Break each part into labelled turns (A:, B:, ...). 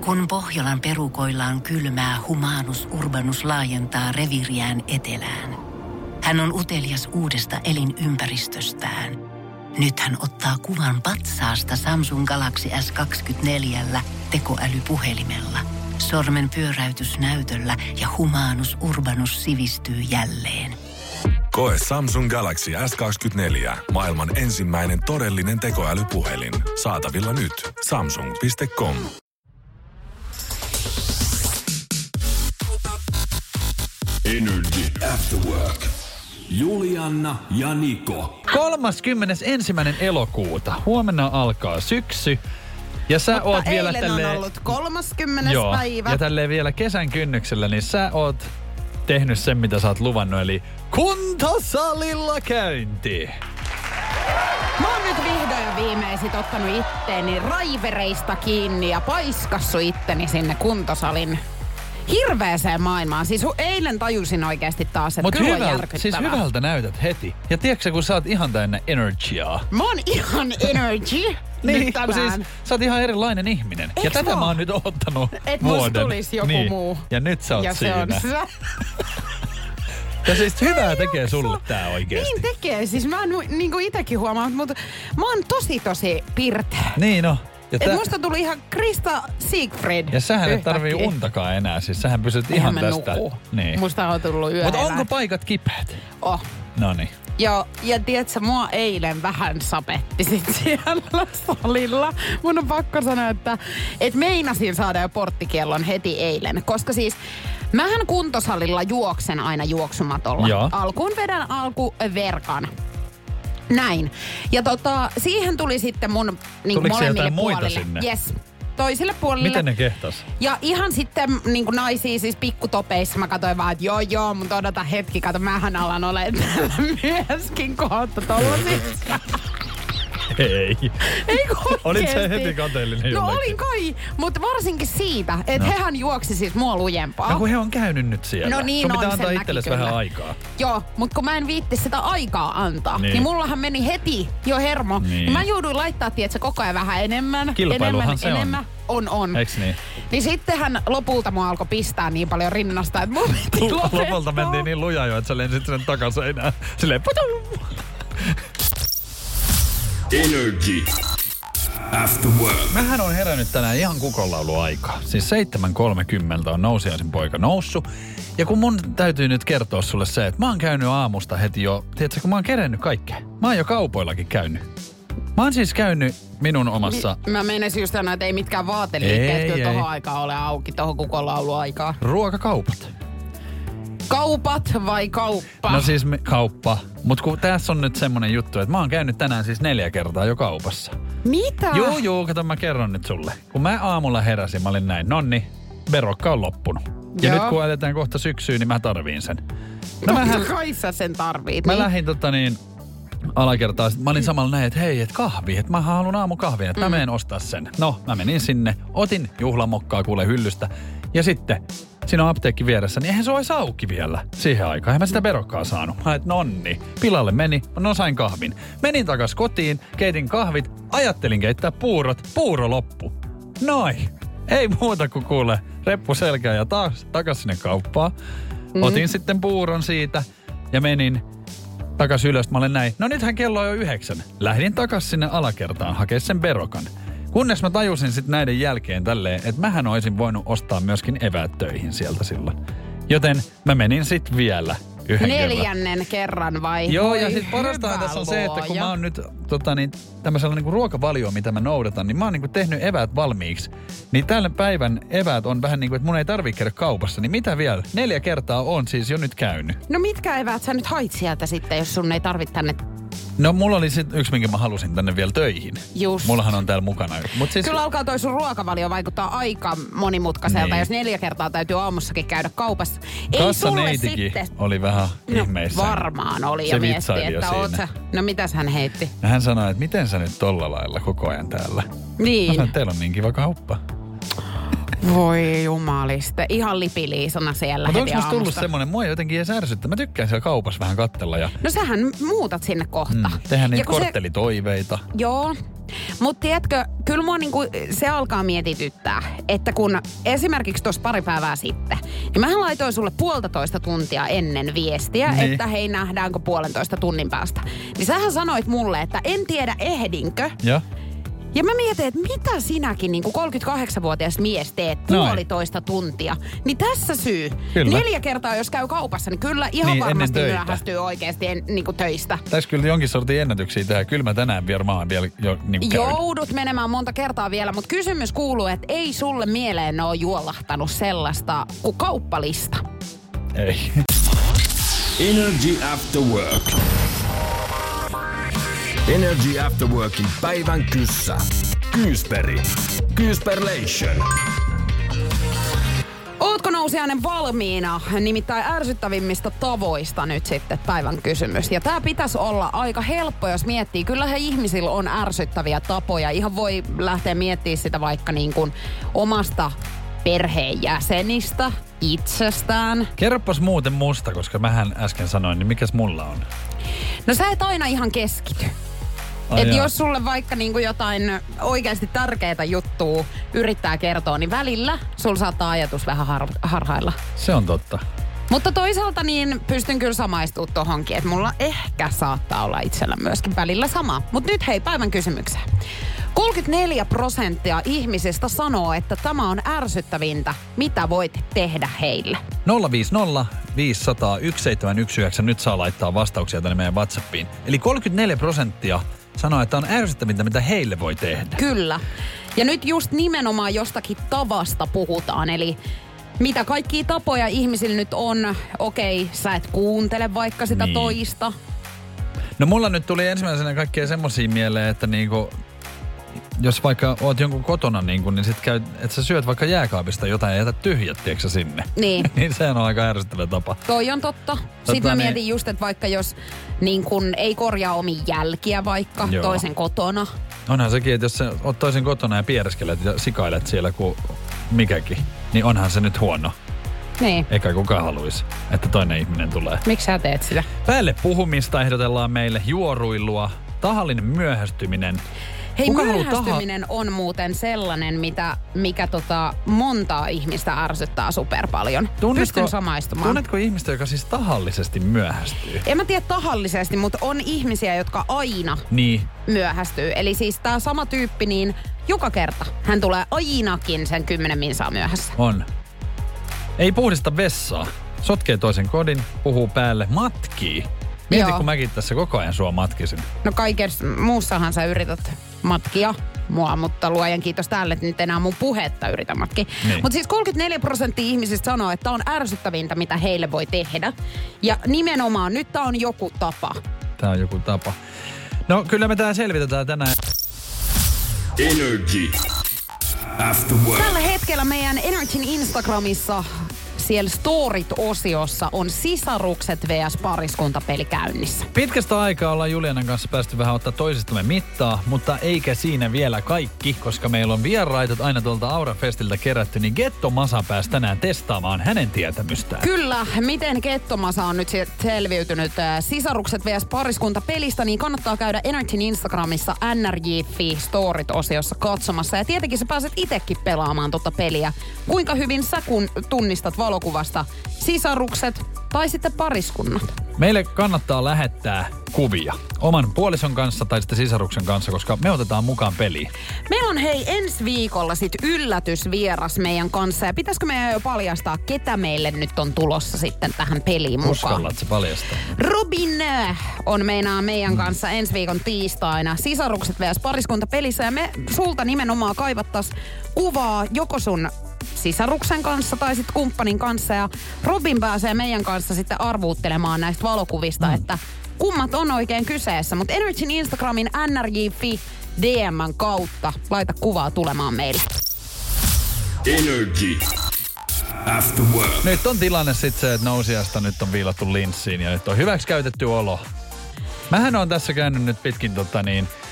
A: Kun Pohjolan perukoillaan kylmää, Humanus Urbanus laajentaa reviiriään etelään. Hän on utelias uudesta elinympäristöstään. Nyt hän ottaa kuvan patsaasta Samsung Galaxy S24 tekoälypuhelimella. Sormen pyöräytys näytöllä ja Humanus Urbanus sivistyy jälleen.
B: Koe Samsung Galaxy S24. Maailman ensimmäinen todellinen tekoälypuhelin. Saatavilla nyt. Samsung.com.
C: Energy After Work. Julianna ja Niko.
D: 31. elokuuta. Huomenna alkaa syksy. Ja sä
E: mutta
D: oot vielä
E: eilen on ollut 30. päivä.
D: Ja tälleen vielä kesän kynnyksellä, niin sä oot tehnyt sen, mitä sä oot luvannut, eli kuntosalilla käynti.
E: Mä oon nyt vihdoin ja viimein ottanut itteeni raivereista kiinni ja paiskassu itteni sinne kuntosalin hirveäseen maailmaan. Siis eilen tajusin oikeasti taas, että kyllä on järkyttävää.
D: Siis hyvältä näytät heti. Ja tiedätkö, kun sä oot ihan täynnä energiaa.
E: Mä oon ihan energy.
D: Niin, kun siis sä oot ihan erilainen ihminen.
E: Eiks
D: ja tätä
E: vaan?
D: mä oon nyt ottanut
E: et
D: vuoden.
E: musta tulisi joku
D: niin.
E: muu.
D: Ja nyt sä oot
E: ja
D: siinä.
E: Se on
D: ja siis hyvää tekee sulle tää oikeesti.
E: Niin tekee. Siis mä niinku itekin huomaan, mutta mä oon tosi pirteä.
D: Niin no.
E: Et musta tuli ihan Krista Siegfried.
D: Ja sähän et tarvii untakaan enää. Siis sähän pysyt ihan tästä. Niin.
E: Musta on tullut yöllä.
D: Mutta onko paikat kipeät? Noniin.
E: Joo, ja tiedätkö, mua eilen vähän sapetti sit siellä salilla. Mun on pakko sanoa, että meinasin saada jo porttikiellon heti eilen. Koska siis mähän kuntosalilla juoksen aina juoksumatolla.
D: Joo.
E: Alkuun vedän alkuverkan. Näin. Ja siihen tuli sitten mun niin molemmille puolille.
D: Sinne?
E: Yes. Toiselle puolelle.
D: Miten ne kehtas?
E: Ja ihan sitten niin kuin naisia siis pikkutopeissa mä katsoin vaan, että joo, mutta odota hetki, kato, mähän alan olemaan täällä myöskin kohta tollasissa.
D: Ei.
E: Ei
D: Olit sä heti kateellinen
E: No
D: jollekin?
E: olin kai, mutta varsinkin siitä, että hehän juoksi siis mua lujempaa.
D: No kun he on käynyt nyt siellä.
E: No niin,
D: sun pitää antaa
E: sen
D: itsellesi
E: näki
D: vähän
E: kyllä.
D: aikaa.
E: Joo, mutta kun mä en viitti sitä aikaa antaa,
D: Niin.
E: niin mullahan meni heti jo hermo.
D: Niin.
E: Mä jouduin laittaa, tietsä, koko ajan vähän enemmän.
D: Kilpailuhan se on.
E: enemmän. On.
D: Eiks niin?
E: Niin sittenhän lopulta mua alkoi pistää niin paljon rinnasta, että mun piti lopettaa.
D: Lopulta mentiin niin lujaa jo, että sä lensit sen takaseinään. Silleen putum!
C: Energy After Work.
D: Mähän on herännyt tänään ihan kukonlauluaikaa. Siis 7.30 on nousiaisen poika noussut. Ja kun mun täytyy nyt kertoa sulle se, että mä oon käynyt aamusta heti jo, tiedätkö, kun mä oon kerennyt kaikkea. Mä oon jo kaupoillakin käynyt. Mä oon siis käynyt minun omassa...
E: Mä meinasin just sanoa, että ei mitkään vaateliikkeet kyllä tohon aikaan ole auki, tohon kukonlauluaikaan.
D: Ruokakaupat.
E: Kaupat vai kauppa?
D: No siis kauppa. Mut kun tässä on nyt semmonen juttu, että mä oon käynyt tänään siis 4 kertaa jo kaupassa.
E: Mitä?
D: Joo, kato mä kerron nyt sulle. Kun mä aamulla heräsin, mä olin näin, nonni, verokka on loppunut. Ja
E: Joo.
D: nyt kun eletään kohta syksyyn, niin mä tarviin sen.
E: Totta kai sä sen tarvit.
D: Mä
E: niin.
D: lähdin alakertaan. Mä olin samalla näin, että hei, että kahvi, että mä haluan aamukahvin, että mä menen ostaa sen. No, mä menin sinne, otin juhlamokkaa kuule hyllystä. Ja sitten, siinä on apteekki vieressä, niin eihän se olisi auki vielä siihen aikaan. Eihän mä sitä verokkaa saanut. Mä et nonni. Pilalle meni, no sain kahvin. Menin takas kotiin, keitin kahvit, ajattelin keittää puurot, puuro loppu. Noin. Ei muuta kuin kuule, reppu selkää ja taas takas sinne kauppaan. Otin sitten puuron siitä ja menin takas ylös. Mä olen näin, no nythän kello on jo 9. Lähdin takas sinne alakertaan hakea sen berokan. Kunnes mä tajusin sitten näiden jälkeen tälleen, että mähän olisin voinut ostaa myöskin eväät töihin sieltä silloin. Joten mä menin sitten vielä yhden
E: 4. kerran vai?
D: Joo,
E: Voi
D: ja sitten parastaan
E: hyvä
D: tässä on se, että kun
E: luoja.
D: mä oon nyt tämmöisellä niinku ruokavalio, mitä mä noudatan, niin mä oon niinku tehnyt eväät valmiiksi. Niin tällä päivän eväät on vähän niin kuin, että mun ei tarvitse käydä kaupassa. Niin mitä vielä? 4 kertaa on siis jo nyt käynyt.
E: No mitkä eväät sä nyt hait sieltä sitten, jos sun ei tarvitse tänne?
D: No mulla oli sit yksi, minkä mä halusin tänne vielä töihin.
E: Just.
D: Mullahan on täällä mukana. Mut siis,
E: Kyllä alkaa toi sun ruokavalio vaikuttaa aika monimutkaiselta,
D: Niin.
E: jos 4 kertaa täytyy aamussakin käydä kaupassa. Ei sulle
D: kassaneitikin
E: sitten.
D: oli vähän
E: No,
D: ihmeissä.
E: varmaan oli
D: Se
E: ja mietti,
D: vitsaili jo
E: että
D: siinä.
E: oot sä. No mitäs hän heitti?
D: Ja hän sanoi, että miten sä nyt tolla lailla koko ajan täällä? Mä
E: Niin.
D: sanoin, että teillä on niin kiva kauppa.
E: Voi jumaliste. Ihan lipiliisona siellä
D: Mutta
E: heti
D: onko musta tullut
E: aamusta.
D: semmonen, mua jotenkin edes ärsyttää. Mä tykkään siellä kaupassa vähän katsella ja
E: No sähän muutat sinne kohta.
D: tehdään
E: Ja
D: niitä
E: kun se-
D: korttelitoiveita.
E: Joo, Mutta tiedätkö, kyllä mua niinku, se alkaa mietityttää, että kun esimerkiksi tuossa pari päivää sitten, niin mähän laitoin sulle 1,5 tuntia ennen viestiä,
D: niin.
E: että hei, nähdäänkö 1,5 tunnin päästä. Niin sähän sanoit mulle, että en tiedä ehdinkö. Ja mä mietin, että mitä sinäkin niin kuin 38-vuotias mies teet 1,5 tuntia. Niin tässä syy.
D: Kyllä.
E: 4 kertaa jos käy kaupassa, niin kyllä ihan
D: niin,
E: varmasti myöhästyy oikeasti niin kuin töistä.
D: Tässä kyllä jonkin sortin ennätyksiä tehdä. Kyllä mä tänään varmaan vielä jo niin
E: Joudut menemään monta kertaa vielä, mutta kysymys kuuluu, että ei sulle mieleen ole juolahtanut sellaista kuin kauppalista.
D: Ei.
C: Energy After Work. Energy After Workin päivän kyssä. Kyysperi. Kyysperlation.
E: Ootko nousiainen valmiina? Nimittäin ärsyttävimmistä tavoista nyt sitten päivän kysymys. Ja tää pitäisi olla aika helppo, jos miettii. Kyllähän ihmisillä on ärsyttäviä tapoja. Ihan voi lähteä miettimään sitä vaikka niin kuin omasta perheenjäsenistä, itsestään.
D: Kerropas muuten musta, koska mähän äsken sanoin, niin mikäs mulla on?
E: No sä et aina ihan keskity. Että jos sulle vaikka niinku jotain oikeasti tärkeää juttua yrittää kertoa, niin välillä sulla saattaa ajatus vähän harhailla.
D: Se on totta.
E: Mutta toisaalta niin pystyn kyllä samaistumaan tohonkin, että mulla ehkä saattaa olla itsellä myöskin välillä sama. Mutta nyt hei, päivän kysymykseen. 34% ihmisistä sanoo, että tämä on ärsyttävintä, mitä voit tehdä heille.
D: 050 500 1719. Nyt saa laittaa vastauksia tänne meidän WhatsAppiin. Eli 34% sanoo, että on ärsyttävintä, mitä heille voi tehdä.
E: Kyllä. Ja nyt just nimenomaan jostakin tavasta puhutaan. Eli mitä kaikkia tapoja ihmisillä nyt on. Okei, sä et kuuntele vaikka sitä toista.
D: No mulla nyt tuli ensimmäisenä kaikkea semmosia mieleen, että niinku, jos vaikka oot jonkun kotona niin sit käy, että sä syöt vaikka jääkaapista jotain ja jätät tyhjät, tiedätkö sä sinne?
E: Niin.
D: Niin sehän on aika ärsyttävä tapa.
E: Toi on totta. Sitten mä mietin just, että vaikka jos niin kun ei korjaa omia jälkiä vaikka toisen kotona.
D: Onhan sekin, että jos sä oot toisen kotona ja piereskelet ja sikailet siellä kuin mikäkin, niin onhan se nyt huono.
E: Niin.
D: Eikä kukaan haluaisi, että toinen ihminen tulee.
E: Miksi sä teet sitä?
D: Päälle puhumista ehdotellaan meille, juoruilua, tahallinen myöhästyminen.
E: Hei, myöhästyminen on muuten sellainen, mikä montaa ihmistä ärsyttää super paljon. Pystyn samaistumaan.
D: Tunnetko ihmistä, joka siis tahallisesti myöhästyy?
E: En mä tiedä tahallisesti, mutta on ihmisiä, jotka aina myöhästyy. Eli siis tää sama tyyppi, niin joka kerta hän tulee ainakin sen 10 minsaa myöhässä.
D: On. Ei puhdista vessaa. Sotkee toisen kodin, puhuu päälle, matkii. Mieti, kun mäkin tässä koko ajan sua matkisin. No
E: kaikessa muussahan sä yrität matkia mua, mutta luojan kiitos tälle, että nyt enää mun puhetta yritä matkia. Niin. Mutta siis 34% ihmisistä sanoo, että on ärsyttävintä, mitä heille voi tehdä. Ja nimenomaan nyt tää on joku tapa.
D: Tää on joku tapa. No kyllä me tää selvitetään tänään.
C: Energy After Work.
E: Tällä hetkellä meidän Energyn Instagramissa siellä Storit-osiossa on sisarukset vs. pariskuntapeli käynnissä.
D: Pitkästä aikaa ollaan Julianan kanssa päästy vähän ottaa toisistamme mittaa, mutta eikä siinä vielä kaikki, koska meillä on vieraita aina tuolta Aura-festiltä kerätty, niin Gettomasa pääsi tänään testaamaan hänen tietämystään.
E: Kyllä, miten Gettomasa on nyt selviytynyt sisarukset vs. pariskuntapelistä, niin kannattaa käydä Energyn Instagramissa NRJ.fi Storit-osiossa katsomassa. Ja tietenkin sä pääset itsekin pelaamaan tota peliä. Kuinka hyvin sä kun tunnistat valokuvasta sisarukset tai sitten pariskunnat?
D: Meille kannattaa lähettää kuvia oman puolison kanssa tai sitten sisaruksen kanssa, koska me otetaan mukaan peliin.
E: Meillä on ensi viikolla sit yllätysvieras meidän kanssa. Ja pitäisikö meidän jo paljastaa, ketä meille nyt on tulossa sitten tähän peliin mukaan?
D: Uskallat sä paljastaa?
E: Robin on meidän kanssa ensi viikon tiistaina sisarukset vs. pariskunta pelissä. Ja me sulta nimenomaan kaivattaisiin kuvaa joko sun sisaruksen kanssa tai sitten kumppanin kanssa. Ja Robin pääsee meidän kanssa sitten arvuuttelemaan näistä valokuvista, että kummat on oikein kyseessä. Mutta Energyn Instagramin NRJ.fi DM:n kautta laita kuvaa tulemaan meille.
C: Energy After Work.
D: Nyt on tilanne sitten se, että nousijasta nyt on viilattu linssiin ja nyt on hyväksi käytetty olo. Mähän on tässä käynyt nyt pitkin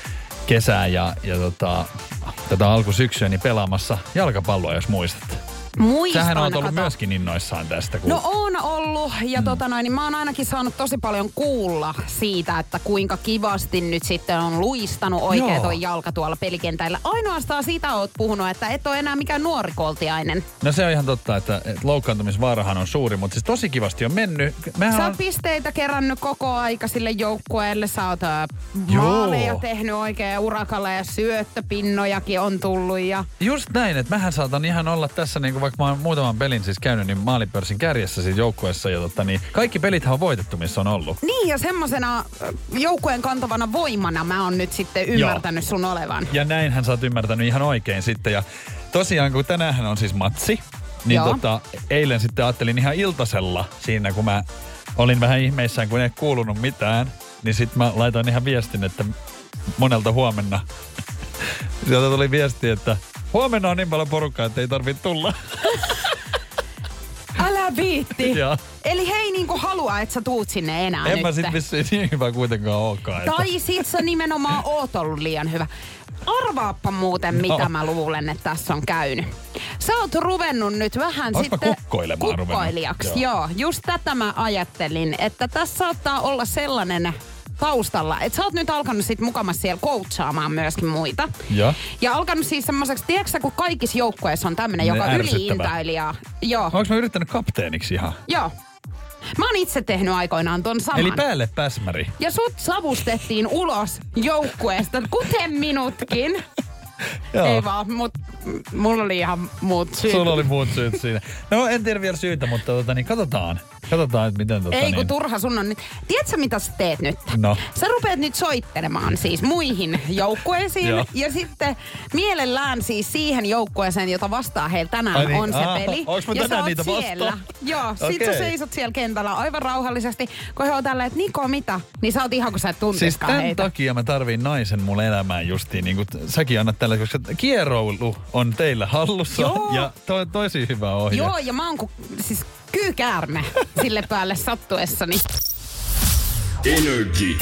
D: kesää ja tätä alkusyksyä niin pelaamassa jalkapalloa, jos muistat.
E: Muistan,
D: sähän oot ollut myöskin innoissaan tästä.
E: No on ollut ja niin mä oon ainakin saanut tosi paljon kuulla siitä, että kuinka kivasti nyt sitten on luistanut oikein toi jalka tuolla pelikentällä. Ainoastaan sitä oot puhunut, että et ole enää mikään nuorikoltiainen.
D: No se on ihan totta, että loukkaantumisvaarahan on suuri, mutta siis tosi kivasti on mennyt.
E: Sä oot pisteitä kerännyt koko aika sille joukkueelle. Sä oot maaleja tehnyt oikein urakalla ja syöttöpinnojakin on tullut. Ja...
D: Just näin, että mähän saatan ihan olla tässä, niin kuin vaikka mä oon muutaman pelin siis käynyt, niin maalipörssin kärjessä siis joukkueessa. Ja niin kaikki pelithän on voitettu, missä on ollut.
E: Niin ja semmosena joukkueen kantavana voimana mä oon nyt sitten ymmärtänyt sun olevan.
D: Ja näinhän sä oot ymmärtänyt ihan oikein sitten. Ja tosiaan, kun tänäänhän on siis matsi, niin eilen sitten ajattelin ihan iltasella siinä, kun mä olin vähän ihmeissään, kun ei kuulunut mitään, niin sitten mä laitoin ihan viestin, että monelta huomenna. Sieltä tuli viesti, että huomenna on niin paljon porukkaa, että ei tarvitse tulla.
E: Älä viitti. Eli he ei niinku halua, että sä tuut sinne enää
D: En mä sit vissiin niin hyvä kuitenkaan olekaan.
E: Tai sit sä nimenomaan oot ollut liian hyvä. Arvaappa muuten, mitä mä luulen, että tässä on käynyt. Sä oot ruvennut nyt vähän
D: Olis
E: sitten
D: kukkoilijaksi.
E: Joo, just tätä mä ajattelin, että tässä saattaa olla sellainen taustalla, että sä oot nyt alkanut sit mukamassa siellä coachaamaan myöskin muita. Ja alkanut siis semmoiseksi, tiedätkö kun kaikissa joukkueissa on tämmönen, joka yliintäilijä. Joo.
D: Onko mä yrittänyt kapteeniksi ihan?
E: Joo. Mä oon itse tehnyt aikoinaan ton saman.
D: Eli päälle päsmäri.
E: Ja sut savustettiin ulos joukkueesta, kuten minutkin. Ei vaan, mulla oli ihan muut syyt.
D: Sulla oli muut syyt siinä. No en tiedä vielä syytä, mutta niin katsotaan. Katsotaan, että miten
E: Ei kun turha sun on nyt. Tiedätkö mitä sä teet nyt?
D: No.
E: Sä rupeat nyt soittelemaan siis muihin joukkueisiin. Ja sitten mielellään siis siihen joukkueeseen, jota vastaa heillä tänään on se peli.
D: Onks mä tänään niitä
E: siellä. Joo, sit sä seisot siellä kentällä aivan rauhallisesti. Kun he on tällä, että Niko mitä? Niin sä oot ihan kun sä et tuntiskaan
D: siis
E: heitä.
D: Siis takia mä tarviin naisen mun elämään justiin. Niin kuin säkin annat tällä, koska kieroulu on teillä hallussa.
E: Joo.
D: Ja tosi hyvä ohje.
E: Joo, ja mä oon siis kyykäärme sille päälle sattuessani.
C: Energy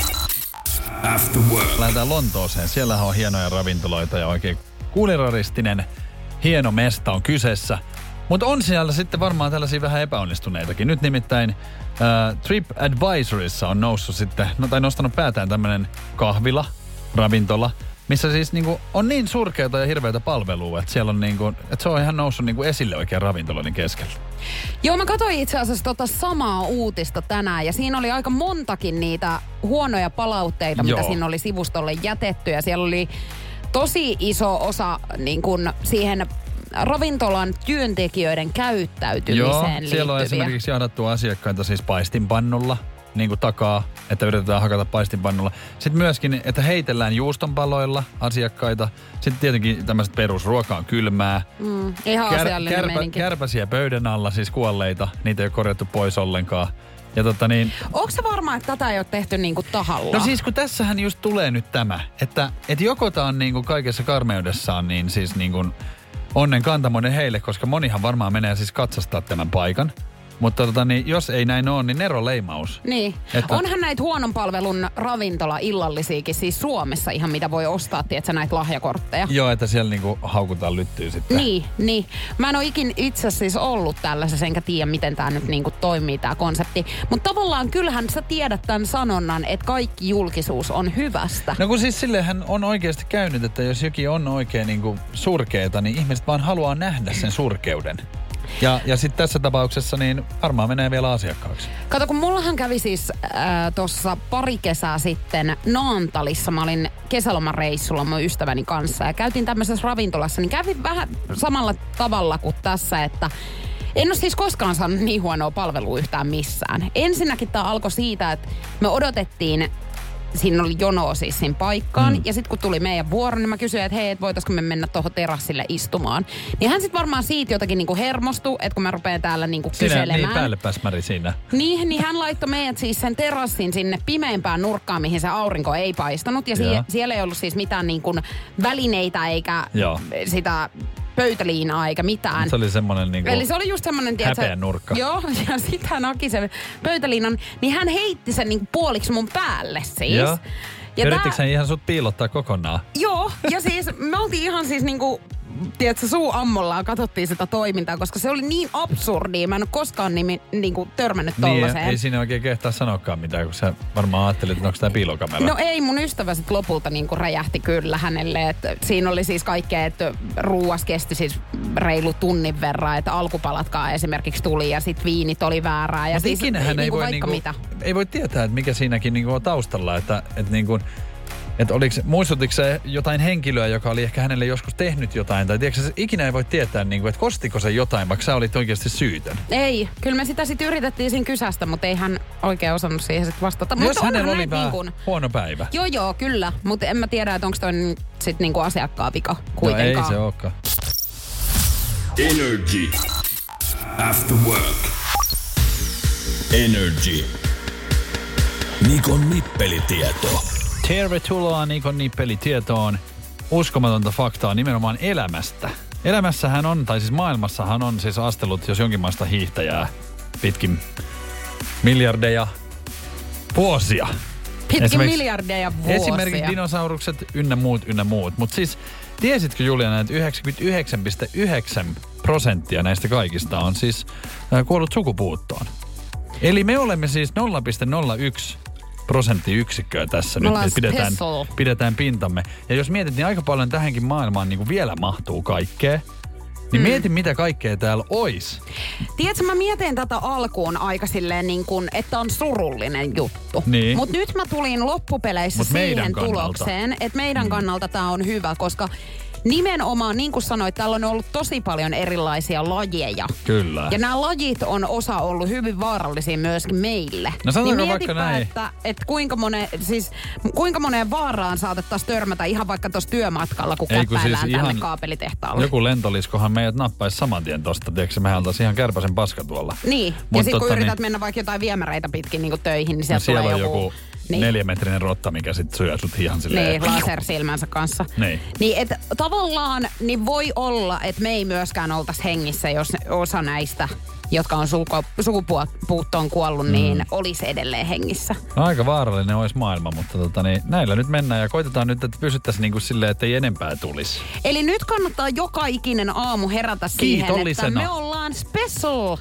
C: After Work.
D: Lähdetään Lontooseen. Siellähän on hienoja ravintoloita ja oikein kulinaristinen hieno mesta on kyseessä. Mutta on siellä sitten varmaan tällaisia vähän epäonnistuneitakin. Nyt nimittäin TripAdvisorissa on noussut sitten, tai nostanut päätään tämmönen kahvila, ravintola, missä siis niinku on niin surkeata ja hirveätä palvelua, että siellä on niinku, että se on ihan noussut niinku esille oikein ravintoloiden keskellä.
E: Joo, mä katsoin itse asiassa samaa uutista tänään ja siinä oli aika montakin niitä huonoja palautteita, mitä siinä oli sivustolle jätetty ja siellä oli tosi iso osa niin kuin siihen ravintolan työntekijöiden käyttäytymiseen liittyviä.
D: Siellä on esimerkiksi jahdattu asiakkaita siis paistinpannulla, niin kuin takaa, että yritetään hakata paistinpannulla. Sitten myöskin, että heitellään juustonpaloilla asiakkaita. Sitten tietenkin tämmöiset perusruoka on kylmää.
E: Ihan asiallinen meininki.
D: Kärpäsiä pöydän alla, siis kuolleita. Niitä ei ole korjattu pois ollenkaan. Ja Onko
E: se varmaa, että tätä ei ole tehty niinku tahalla?
D: No siis kun tässähän just tulee nyt tämä, että joko tää on niinku kaikessa karmeudessaan niin siis niinku onnen kantamoinen heille, koska monihan varmaan menee siis katsastaa tämän paikan. Mutta jos ei näin ole, niin neroleimaus.
E: Niin. Onhan näitä huonon palvelun ravintola-illallisiakin siis Suomessa ihan mitä voi ostaa, tietsä näitä lahjakortteja.
D: Joo, että siellä niinku haukutaan lyttyy sitten.
E: Niin. Mä en ole ikin itse siis ollut tällaisessa, enkä tiedä miten tää nyt niinku toimii tää konsepti. Mutta tavallaan kyllähän sä tiedät tämän sanonnan, että kaikki julkisuus on hyvästä.
D: No kun siis sillehän on oikeasti käynyt, että jos jokin on oikein niinku surkeeta, niin ihmiset vaan haluaa nähdä sen surkeuden. Ja sitten tässä tapauksessa niin varmaan menee vielä asiakkaaksi.
E: Kato, kun mullahan kävi siis tuossa pari kesää sitten Naantalissa. Mä olin kesälomareissulla mun ystäväni kanssa ja käytiin tämmöisessä ravintolassa. Niin kävin vähän samalla tavalla kuin tässä, että en ole siis koskaan saanut niin huonoa palvelua yhtään missään. Ensinnäkin tää alkoi siitä, että me odotettiin, siinä oli jonoa siis siinä paikkaan. Ja sitten kun tuli meidän vuoro, niin mä kysyin, että hei, et voitaisko me mennä tuohon terassille istumaan. Niin hän sitten varmaan siitä jotakin niinku hermostui, että kun mä rupean täällä niinku kyselemään.
D: Niin päälle päsmäri siinä.
E: Niin hän laittoi meidät siis sen terassin sinne pimeimpään nurkkaan, mihin se aurinko ei paistanut. Ja siellä ei ollut siis mitään niinku välineitä eikä sitä pöytäliinaa eikä mitään.
D: Se oli semmoinen niinku
E: eli se oli just semmoinen,
D: häpeän nurkka.
E: Joo, ja sit hän haki sen pöytäliinan, niin hän heitti sen niinku puoliksi mun päälle siis.
D: Joo. Ja yrittikö hän ihan sut piilottaa kokonaan?
E: Joo, ja siis me oltiin ihan siis niinku tiedätkö, suu ammollaan katsottiin sitä toimintaa, koska se oli niin absurdia. Mä en ole koskaan niinku törmännyt tollaseen.
D: Niin, ei siinä oikein kehtaa sanoakaan mitään, kun sä varmaan ajattelit, että onko tämä piilokamera.
E: No ei, mun ystävä sit lopulta niinku räjähti kyllä hänelle. Että siinä oli siis kaikkea, että ruuas kesti siis reilu tunnin verran, että alkupalatkaan esimerkiksi tuli ja sit viinit oli väärää. Ja siis
D: ei voi ei voi tietää, että mikä siinäkin niinku on taustalla, että niinku... Että muistutiko se jotain henkilöä, joka oli ehkä hänelle joskus tehnyt jotain, tai tiedätkö, se ikinä ei voi tietää, niin kuin, että kostiko se jotain, vaikka sä olit oikeasti syytön.
E: Ei, kyllä me sitä sitten yritettiin siinä kysästä, mutta ei hän oikein osannut siihen sitten vastata.
D: Jos hänellä oli vähän huono päivä.
E: Joo, kyllä, mutta en mä tiedä, että onko toi sitten niinku asiakkaan vika kuitenkaan.
D: No ei se olekaan.
C: Energy. After work. Energy. Nikon nippelitieto.
D: Tervetuloa Nikon nippelitietoon. Uskomatonta faktaa nimenomaan elämästä. Elämässähän on, tai siis maailmassahan on siis astellut jos jonkinlaista hiihtäjää pitkin miljardeja vuosia.
E: Miljardeja vuosia.
D: Esimerkiksi dinosaurukset ynnä muut. Mutta siis tiesitkö Juliana, että 99,9% näistä kaikista on siis kuollut sukupuuttoon. Eli me olemme siis 0,01 prosenttiyksikköä tässä nyt, että pidetään pintamme. Ja jos mietit, niin aika paljon tähänkin maailmaan niin kuin vielä mahtuu kaikkea. Niin mieti, mitä kaikkea täällä olisi.
E: Tiedätkö, mä mietin tätä alkuun aika silleen niin kuin, että on surullinen juttu.
D: Niin.
E: Mutta nyt mä tulin loppupeleissä siihen tulokseen, että meidän kannalta tää on hyvä, koska nimenomaan, niin kuin sanoit, täällä on ollut tosi paljon erilaisia lajeja.
D: Kyllä.
E: Ja nämä lajit on osa ollut hyvin vaarallisia myöskin meille.
D: No sanotaanko
E: niin
D: vaikka näin.
E: Että kuinka moneen vaaraan saatettaisiin törmätä ihan vaikka tuossa työmatkalla, kun käppäillään siis tänne kaapelitehtaalle.
D: Joku lentoliskohan meidät nappaisi saman tien tosta, tiedätkö, mehän oltaisiin ihan kärpäsen paska tuolla.
E: Niin, ja sitten kun yrität mennä vaikka jotain viemäreitä pitkin niin töihin, niin sieltä tulee joku
D: 4-metrinen rotta, mikä sitten syö sut ihan silleen.
E: Niin, lasersilmänsä kanssa. Niin, että tavallaan niin voi olla, että me ei myöskään oltaisi hengissä, jos osa näistä, jotka on sukupuuttoon kuollut, niin olisi edelleen hengissä.
D: No, aika vaarallinen olisi maailma, mutta näillä nyt mennään ja koitetaan nyt, että pysyttäisiin niin kuin silleen, että ei enempää tulisi.
E: Eli nyt kannattaa joka ikinen aamu herätä siihen, että me ollaan special.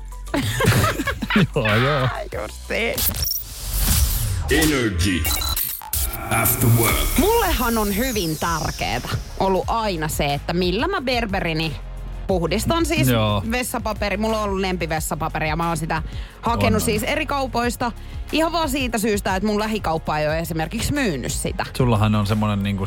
D: Joo.
E: Just se.
C: Energy. After work.
E: Mullehan on hyvin tärkeetä ollut aina se, että millä mä berberini puhdistan siis vessapaperi. Mulla on ollut lempivessapaperi ja mä oon sitä hakenut siis eri kaupoista. Ihan vaan siitä syystä, että mun lähikauppa ei ole esimerkiksi myynyt sitä.
D: Sullahan on semmonen niinku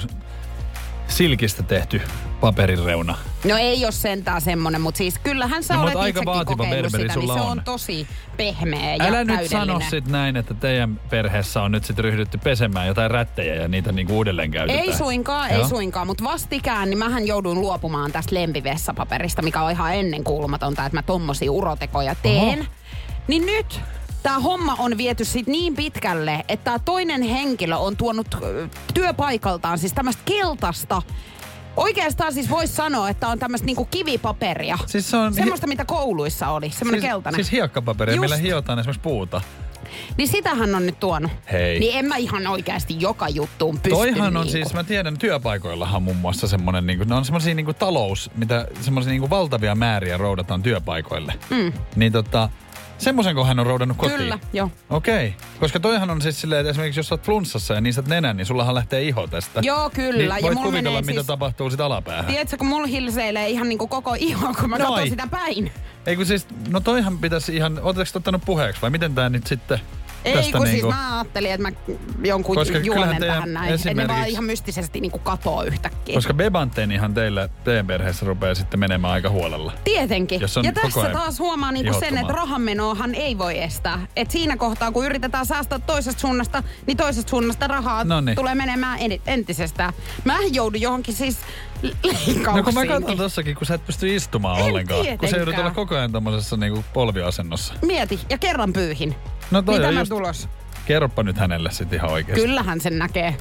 D: silkistä tehty paperireuna.
E: No ei ole sentään semmonen, mutta siis kyllähän sä olet itsekin kokeillut sitä, niin se on tosi pehmeä ja
D: älä
E: täydellinen.
D: Nyt sano sit näin, että teidän perheessä on nyt sit ryhdytty pesemään jotain rättejä ja niitä niinku uudelleen käytetään.
E: Ei suinkaan, mutta vastikään, niin mähän jouduin luopumaan tästä lempivessapaperista, mikä on ihan ennenkuulumatonta, että mä tommosia urotekoja teen. Oho. Niin nyt tää homma on viety sit niin pitkälle, että tää toinen henkilö on tuonut työpaikaltaan siis tämmöistä keltaista. Oikeastaan siis voisi sanoa, että on tämmöistä niinku kivipaperia.
D: Siis se on
E: semmoista, mitä kouluissa oli. Semmoinen keltainen.
D: Siis hiekkapaperia, millä hiotaan esimerkiksi puuta.
E: Niin sitähän on nyt tuonut.
D: Hei.
E: Niin en mä ihan oikeasti joka juttuun pysty.
D: Toihan on siis, mä tiedän, työpaikoillahan muun muassa semmonen, niinku, ne on semmosia niinku mitä semmosia niinku valtavia määriä roudataan työpaikoille. Niin semmoisen hän on roudannut kotiin?
E: Kyllä, joo.
D: Okei. Koska toihan on siis silleen, että esimerkiksi jos sä oot flunssassa ja niistät nenän, niin sullahan lähtee iho tästä.
E: Joo, kyllä.
D: Niin voit kuvitella, mitä tapahtuu sit alapäähän.
E: Tiedätkö, kun mulla hilseilee ihan niinku koko iho, kun mä katson sitä päin.
D: Ei kun siis, no toihan pitäisi ihan, ootteko ottanut puheeksi vai miten tää nyt sitten?
E: Ei kun siis mä ajattelin, että mä jonkun juonen tähän näin. Että ne vaan ihan mystisesti niinku katoo yhtäkkiä.
D: Koska bebanteenihan teidän perheessä rupeaa sitten menemään aika huolella.
E: Tietenkin. Ja tässä taas huomaa niinku sen, että rahanmenoahan ei voi estää. Että siinä kohtaa, kun yritetään säästää toisesta suunnasta, niin toisesta suunnasta rahaa tulee menemään entisestään. Mä joudun johonkin siis leikkauksiin.
D: No kun mä katson tossakin, kun sä et pysty istumaan ollenkaan. Tietenkään. Kun sä joudut olla koko ajan tommosessa niinku polviasennossa.
E: Mieti, ja kerran pyyhin.
D: No toi
E: niin
D: on
E: tämä
D: just,
E: tulos.
D: Kerropa nyt hänelle sit ihan oikeesti.
E: Kyllähän sen näkee.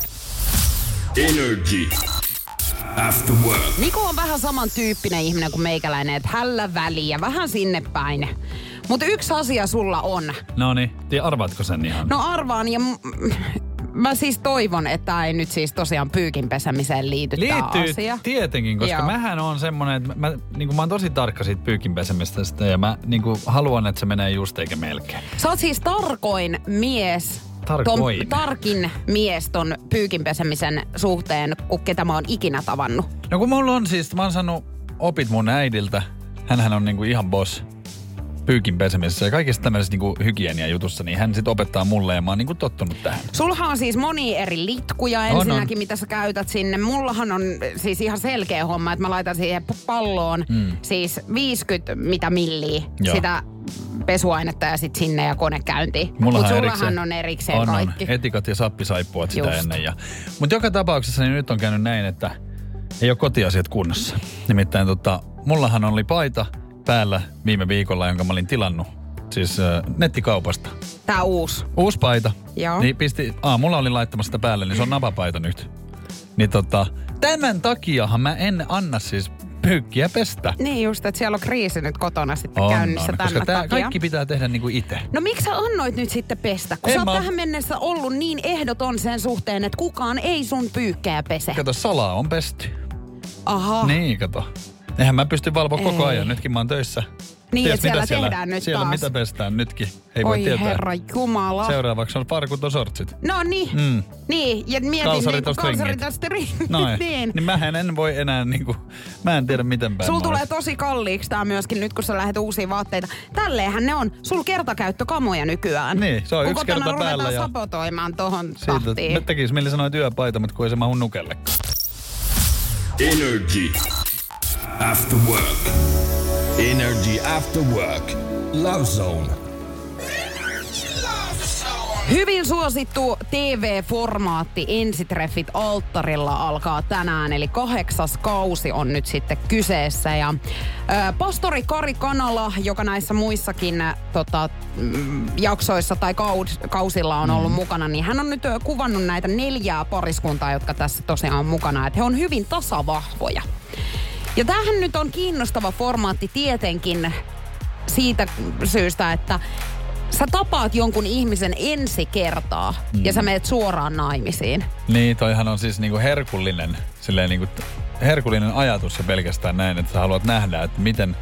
C: Energy. After work.
E: Niko on vähän samantyyppinen ihminen kuin meikäläinen, että hällä väliä, vähän sinne päin. Mutta yksi asia sulla on.
D: No niin, arvaatko sen ihan?
E: No arvaan ja mä siis toivon, että ei nyt siis tosiaan pyykinpesemiseen liity tämä asia.
D: Liittyy tietenkin, koska mähän on semmonen, että mä oon tosi tarkka siitä pyykinpesemisestä ja mä haluan, että se menee just eikä melkein.
E: Sä oot siis tarkoin mies. Tarkin mies ton pyykinpesemisen suhteen, kun ketä mä oon ikinä tavannut.
D: No kun mulla on siis, mä oon saanut opit mun äidiltä. Hänhän on niinku ihan boss pyykin pesemisessä ja kaikissa tämmöisessä niinku hygienia-jutussa, niin hän sit opettaa mulle ja mä oon niinku tottunut tähän.
E: Sulhan on siis monia eri litkuja ensinnäkin, mitä sä käytät sinne. Mullahan on siis ihan selkeä homma, että mä laitan siihen palloon siis 50 milliä sitä pesuainetta ja sit sinne ja konekäyntiin. Mutta sullahan on erikseen kaikki.
D: On etikat ja sappisaippuat sitä ennen. Mutta joka tapauksessa niin nyt on käynyt näin, että ei ole kotiasiat kunnossa. Nimittäin mullahan oli paita päällä viime viikolla, jonka mä olin tilannut. Siis nettikaupasta.
E: Tää uusi.
D: Uusi paita.
E: Joo.
D: Niin mulla oli laittamassa sitä päälle, niin se on napapaita nyt. Niin tämän takiahan mä en anna siis pyykkiä pestä.
E: Niin just, että siellä on kriisi nyt kotona sitten käynnissä tämän takia.
D: Kaikki pitää tehdä niinku itse.
E: No miksi sä annoit nyt sitten pestä? Kun sä oot tähän mennessä ollut niin ehdoton sen suhteen, että kukaan ei sun pyykkää pese.
D: Kato, salaa on pesty.
E: Aha.
D: Niin, kato. Eihän mä pysty valvoa koko ajan. Nytkin mä oon töissä.
E: Niin, että siellä tehdään nyt
D: siellä
E: taas.
D: Mitä pestään nytkin. Ei voi tietää.
E: Oi herra jumala.
D: Seuraavaksi on farkut on sortsit.
E: No niin. Niin, ja mietin
D: kalsarit on
E: stringit.
D: Noin. Niin mähän en voi enää mä en tiedä miten päin.
E: Sul tulee tosi kalliiksi tää myöskin nyt, kun sä lähdet uusia vaatteita. Tälleenhän ne on. Sul kertakäyttökamoja nykyään.
D: Niin, se on yksi kerta päällä.
E: Kun kotona ruvetaan sabotoimaan tohon tahtiin.
D: Me tekis mieli sanoa työpaita, mutta kun ei se mahu nukellekaan.
C: Energy After Work. Energy After Work. Love Zone.
E: Hyvin suosittu TV-formaatti Ensitreffit alttarilla alkaa tänään, eli 8. kausi on nyt sitten kyseessä. Ja pastori Kari Kanala, joka näissä muissakin jaksoissa tai kausilla on ollut mukana, niin hän on nyt kuvannut näitä 4 pariskuntaa, jotka tässä tosiaan on mukana, että he on hyvin tasavahvoja. Ja tämähän nyt on kiinnostava formaatti tietenkin siitä syystä, että sä tapaat jonkun ihmisen ensi kertaa ja sä menet suoraan naimisiin.
D: Niin, toihan on siis niinku herkullinen, herkullinen ajatus ja pelkästään näin, että sä haluat nähdä, että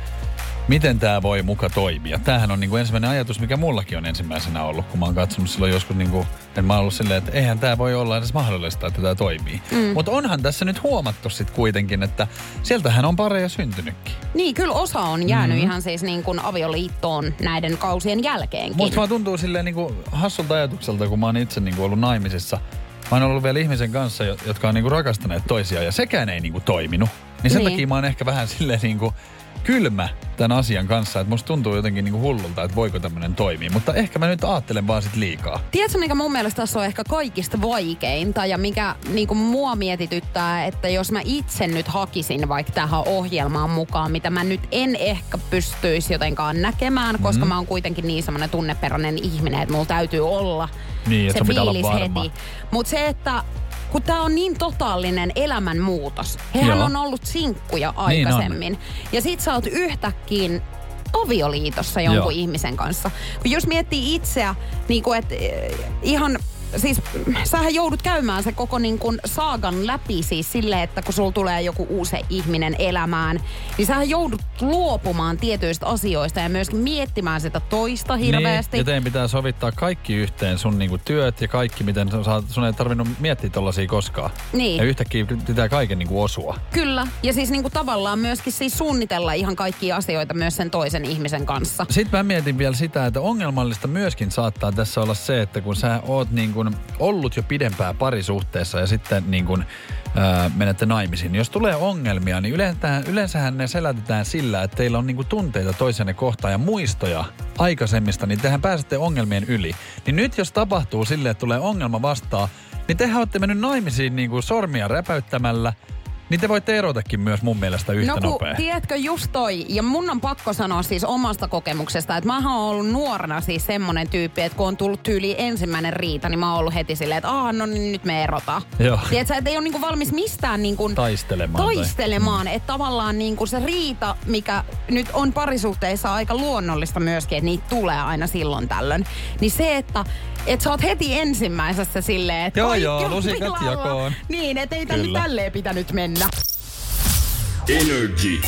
D: miten tää voi muka toimia. Tämähän on niinku ensimmäinen ajatus, mikä mullakin on ensimmäisenä ollut, kun mä oon katsonut silloin joskus että mä oon ollut silleen, että eihän tää voi olla edes mahdollista, että tää toimii. Mutta onhan tässä nyt huomattu sit kuitenkin, että sieltähän on pareja syntynytkin.
E: Niin, kyllä osa on jäänyt ihan siis niin kuin avioliittoon näiden kausien jälkeenkin.
D: Musta vaan tuntuu silleen niinku hassulta ajatukselta, kun mä oon itse niinku ollut naimisissa. Mä oon ollut vielä ihmisen kanssa, jotka on niinku rakastaneet toisiaan ja sekään ei niinku toiminut. Niin sen takia mä oon ehkä vähän silleen niinku kylmä tämän asian kanssa, että musta tuntuu jotenkin niinku hullulta, että voiko tämmönen toimia. Mutta ehkä mä nyt ajattelen vaan sit liikaa.
E: Tiedätkö, mikä mun mielestä tässä on ehkä kaikista vaikeinta ja mikä niinku mua mietityttää, että jos mä itse nyt hakisin vaikka tähän ohjelmaan mukaan, mitä mä nyt en ehkä pystyisi jotenkaan näkemään, koska mä oon kuitenkin niin semmoinen tunneperäinen ihminen, että mulla täytyy olla
D: niin,
E: se fiilis heti. Mutta se, että kun tää on niin totaalinen elämänmuutos. Hehän on ollut sinkkuja aikaisemmin. Niin ja sit sä oot yhtäkkiä avioliitossa jonkun ihmisen kanssa. Kun jos miettii itseä, niin kuin, että ihan siis sähän joudut käymään se koko niin kuin saagan läpi siis silleen, että kun sulla tulee joku uusi ihminen elämään, niin sähän joudut luopumaan tietyistä asioista ja myöskin miettimään sitä toista hirveästi.
D: Niin, ja teidän pitää sovittaa kaikki yhteen, sun niinku työt ja kaikki, miten sun ei tarvinnut miettiä tollasia koskaan.
E: Niin.
D: Ja yhtäkkiä pitää kaiken niinku osua.
E: Kyllä, ja siis niinku tavallaan myöskin siis suunnitella ihan kaikkia asioita myös sen toisen ihmisen kanssa.
D: Sitten mä mietin vielä sitä, että ongelmallista myöskin saattaa tässä olla se, että kun sä oot niinku ollut jo pidempään parisuhteessa ja sitten niin kuin, menette naimisiin. Niin jos tulee ongelmia, niin yleensähän ne selätetään sillä, että teillä on niin kuin tunteita toisenne kohtaan ja muistoja aikaisemmista, niin tehän pääsette ongelmien yli. Niin nyt jos tapahtuu silleen, että tulee ongelma vastaan, niin tehän olette mennyt naimisiin niin kuin sormia räpäyttämällä. Niin te voitte erotakin myös mun mielestä yhtä nopea.
E: Tiedätkö just toi, ja mun on pakko sanoa siis omasta kokemuksesta, että mä oon ollut nuorena siis semmonen tyyppi, että kun on tullut tyyliin ensimmäinen riita, niin mä oon ollut heti silleen, että no niin nyt me erotaan.
D: Joo.
E: Tiedätkö, että ei ole niinku valmis mistään niinku taistelemaan, että tavallaan niinku se riita, mikä nyt on parisuhteissa aika luonnollista myöskin, että niitä tulee aina silloin tällöin. Niin se, että että sä oot heti ensimmäisessä silleen, että
D: Joo, lusikat jakoon.
E: Niin, että ei tänne tälleen pitänyt mennä.
C: Energy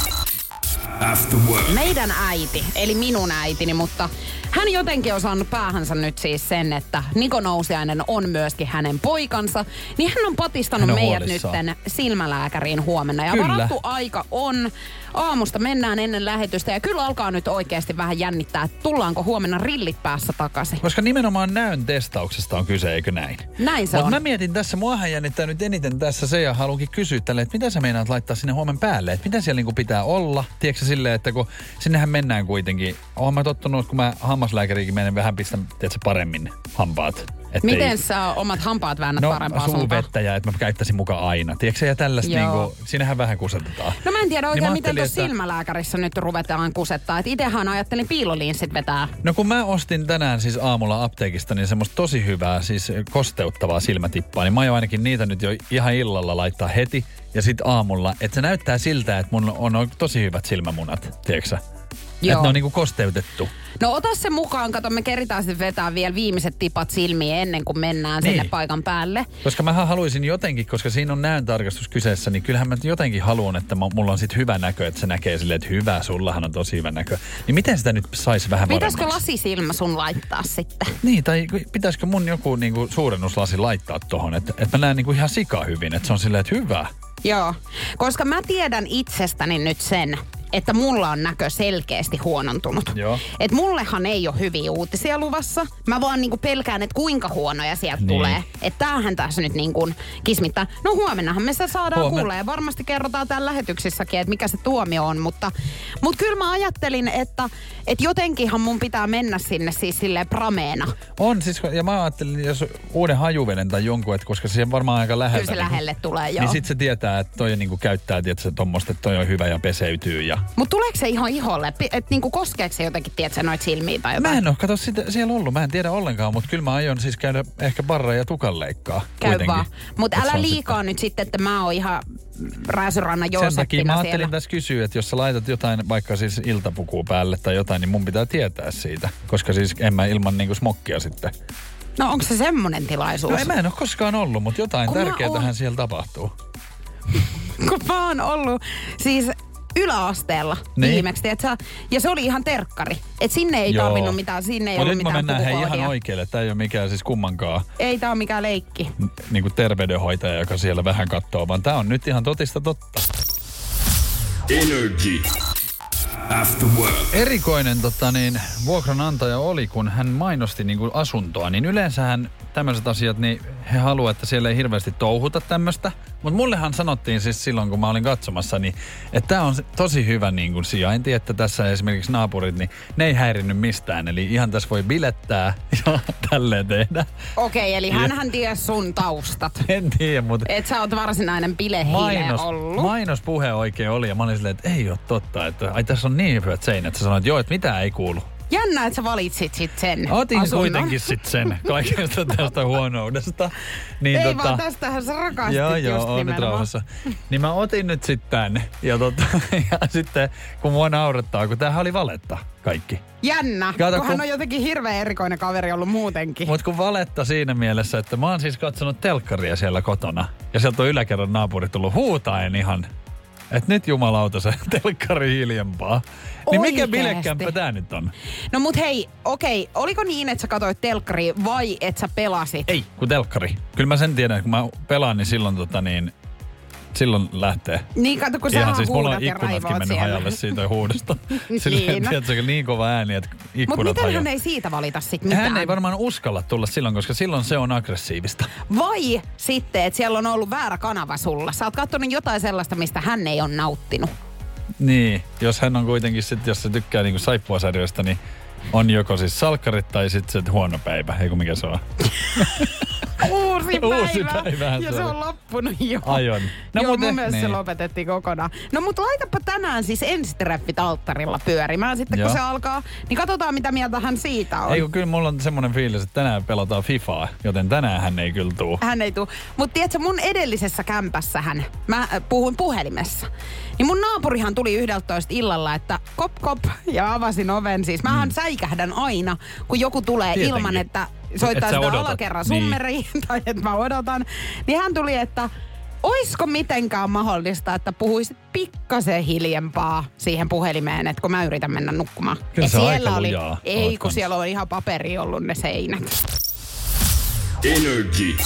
C: After Work.
E: Meidän äiti, eli minun äitini, mutta hän jotenkin on saanut päähänsä nyt siis sen, että Niko Nousiainen on myöskin hänen poikansa. Niin hän on patistanut meidät nytten silmälääkäriin huomenna. Ja
D: Kyllä.
E: varattu aika on. Aamusta mennään ennen lähetystä ja kyllä alkaa nyt oikeasti vähän jännittää, että tullaanko huomenna rillit päässä takaisin.
D: Koska nimenomaan näön testauksesta on kyse, eikö näin?
E: Näin se
D: Mutta
E: on.
D: mä mietin tässä, muahan jännittää nyt eniten tässä se ja haluankin kysyä tälle, että mitä sä meinaat laittaa sinne huomen päälle? Että mitä siellä niinku pitää olla? Tiedätkö silleen, että kun sinnehän mennään kuitenkin. Oon mä tottunut, kun mä hammaslääkäriinkin menen vähän pistän, tiedätkö, paremmin hampaat.
E: Miten sä omat hampaat väännät parempaa suuntaan?
D: suuvettä ja että mä käyttäisin mukaan aina. Tiedätkö, ja tällaista niinku, siinähän vähän kusetetaan.
E: No mä en tiedä oikein,
D: Niin
E: miten tuossa silmälääkärissä nyt ruvetaan kusettaa. Että itehän ajattelin piilolinssit vetää.
D: No kun mä ostin tänään siis aamulla apteekista niin semmoista tosi hyvää, siis kosteuttavaa silmätippaa, niin mä aion ainakin niitä nyt jo ihan illalla laittaa heti ja sit aamulla. Että se näyttää siltä, että mun on tosi hyvät silmämunat, tiedätkö sä? Että ne on niinku kosteutettu.
E: No ota se mukaan, kato me keritään sitten vetää vielä viimeiset tipat silmiin ennen kuin mennään sinne paikan päälle.
D: Koska mähän haluaisin jotenkin, koska siinä on näöntarkastus kyseessä, niin kyllähän mä jotenkin haluan, että mulla on sit hyvä näkö, että se näkee silleen, että hyvä, sullahan on tosi hyvä näkö. Niin miten sitä nyt saisi vähän paremmaksi?
E: Pitäisikö lasisilmä sun laittaa sitten?
D: Niin, tai pitäisikö mun joku niinku suurennuslasi laittaa tohon, että mä näen niinku ihan sika hyvin, että se on silleen, että hyvä.
E: Joo, koska mä tiedän itsestäni nyt sen, että mulla on näkö selkeästi huonontunut.
D: Joo.
E: Et mullehan ei ole hyviä uutisia luvassa. Mä vaan niinku pelkään, että kuinka huonoja sieltä tulee. Että tämähän tässä nyt niinku kismittää. No huomennahan me se saadaan kuulla ja varmasti kerrotaan täällä lähetyksissäkin, että mikä se tuomio on. Mutta kyllä mä ajattelin, että jotenkinhan mun pitää mennä sinne siis silleen prameena.
D: On siis, ja mä ajattelin, jos uuden hajuveden tai jonkun, että koska siihen varmaan aika läheltä.
E: Kyllä se lähelle tulee, joo.
D: Niin sit se tietää, että toi niinku käyttää, tietysti tommoista, että toi on hyvä ja peseytyy ja...
E: Mutta tuleeko se ihan iholle? Että niinku koskeeko se jotenkin, tiedätkö, noita silmiä tai jotain?
D: Mä en oo, kato sitä siellä ollut. Mä en tiedä ollenkaan, mutta kyllä mä aion siis käydä ehkä barra ja tukanleikkaa.
E: Käy vaan. Mutta älä liikaa nyt sitten, että mä oon ihan Rääsyrannan Joosefina
D: sen takia mä ajattelin
E: siellä.
D: tässä kysyä, että jos sä laitat jotain, vaikka siis iltapukua päälle tai jotain, niin mun pitää tietää siitä. Koska siis en mä ilman niinku smokkia sitten.
E: No onko se semmonen tilaisuus?
D: No mä en oo koskaan ollut, mutta jotain tärkeätähän siellä tapahtuu.
E: Kun mä oon ollut siis yläasteella viimeksi, tiiätkö? Ja se oli ihan terkkari. Et sinne ei tarvinnut mitään, sinne ei ollut mitään
D: pukukohdia. Mutta nyt mä mennään ihan oikealle. Tää ei ole mikään siis kummankaan.
E: Ei tää ole mikään leikki.
D: Niinku terveydenhoitaja, joka siellä vähän katsoo, vaan tää on nyt ihan totista totta.
C: Energy After Work.
D: Erikoinen vuokranantaja oli, kun hän mainosti niinku asuntoa, niin yleensähän tämmöiset asiat, niin he haluaa, että siellä ei hirveästi touhuta tämmöistä. Mutta mullehan sanottiin siis silloin, kun mä olin katsomassa, niin että tää on tosi hyvä niinku sijainti, että tässä esimerkiksi naapurit, niin ne ei häirinnyt mistään. Eli ihan tässä voi bilettää ja tälleen tehdä.
E: Okei, eli hänhän tiesi sun taustat.
D: En tiedä, mutta...
E: Et sä oot varsinainen bilehiile ollut.
D: Mainospuhe oikein oli ja mä olin silleen, että ei ole totta, että ai tässä on niin hyvät seinät. Sä sanoit, joo, että mitään ei kuulu.
E: Jännä, että sä valitsit sit sen
D: Otin
E: asunnon.
D: kuitenkin sit sen kaikesta tästä huonoudesta. Niin
E: ei vaan, tästähän sä rakastit
D: joo,
E: just
D: on nyt rauhassa. Niin mä otin nyt sit tän. Ja sitten kun mua naurattaa, kun tämähän oli valetta kaikki.
E: Jännä, kun hän on jotenkin hirveän erikoinen kaveri ollut muutenkin.
D: Mut kun valetta siinä mielessä, että mä oon siis katsonut telkkaria siellä kotona. Ja sieltä on yläkerran naapuri tullut huutaen ihan... Että nyt jumalauta se telkkari hiljempaa. Niin mikä bilekämppä tää nyt on?
E: No mut hei, okei, oliko niin, että sä katsoit telkkaria vai että sä pelasit?
D: Ei, kun telkkari. Kyllä mä sen tiedän, kun mä pelaan, niin silloin silloin lähtee.
E: Niin, kato, kun sä
D: siis
E: huudat
D: mulla on ikkunatkin mennyt hajalle siitä huudosta. Silleen, tiedätkö, niin kova ääni, että ikkunat
E: mut miten
D: hajoaa.
E: hän ei siitä valita sit mitään?
D: Hän ei varmaan uskalla tulla silloin, koska silloin se on aggressiivista.
E: Vai sitten, että siellä on ollut väärä kanava sulla. Sä oot kattonut jotain sellaista, mistä hän ei ole nauttinut.
D: Niin, jos hän on kuitenkin sitten, jos se tykkää niinku saippuasarjoista, niin on joko siis salkkarit tai sitten se huono päivä. Eikö mikä se on?
E: Uusi
D: Uusi päivähän
E: ja
D: se
E: se
D: oli.
E: on loppunut jo.
D: Aion. No,
E: Joo,
D: mutta
E: mun mielestä se
D: niin.
E: lopetettiin kokonaan. No mutta laitapa tänään siis ensitreffit alttarilla pyörimään sitten,
D: Joo.
E: kun se alkaa. Niin katsotaan, mitä mieltä hän siitä on.
D: Ei kun kyllä mulla on semmoinen fiilis, että tänään pelataan Fifaa, joten tänään hän ei kyllä tuu.
E: Hän ei tuu. Mutta tiedätkö, mun edellisessä kämpässähän, mä puhuin puhelimessa, niin mun naapurihan tuli 11 illalla, että kop kop, ja avasin oven. Siis mähän säikähdän aina, kun joku tulee
D: Tietenkin.
E: ilman, että soittaa
D: Et sä
E: sitä
D: odotat.
E: alakerran
D: Niin.
E: summeriin, tai että mä odotan. Niin hän tuli, että oisko mitenkään mahdollista, että puhuisit pikkasen hiljempaa siihen puhelimeen, että kun mä yritän mennä nukkumaan.
D: Kyllä
E: Ja
D: se
E: siellä
D: aika
E: oli,
D: lujaa.
E: ei
D: Oot
E: kun siellä on ihan paperi ollut ne seinät.
C: Energy.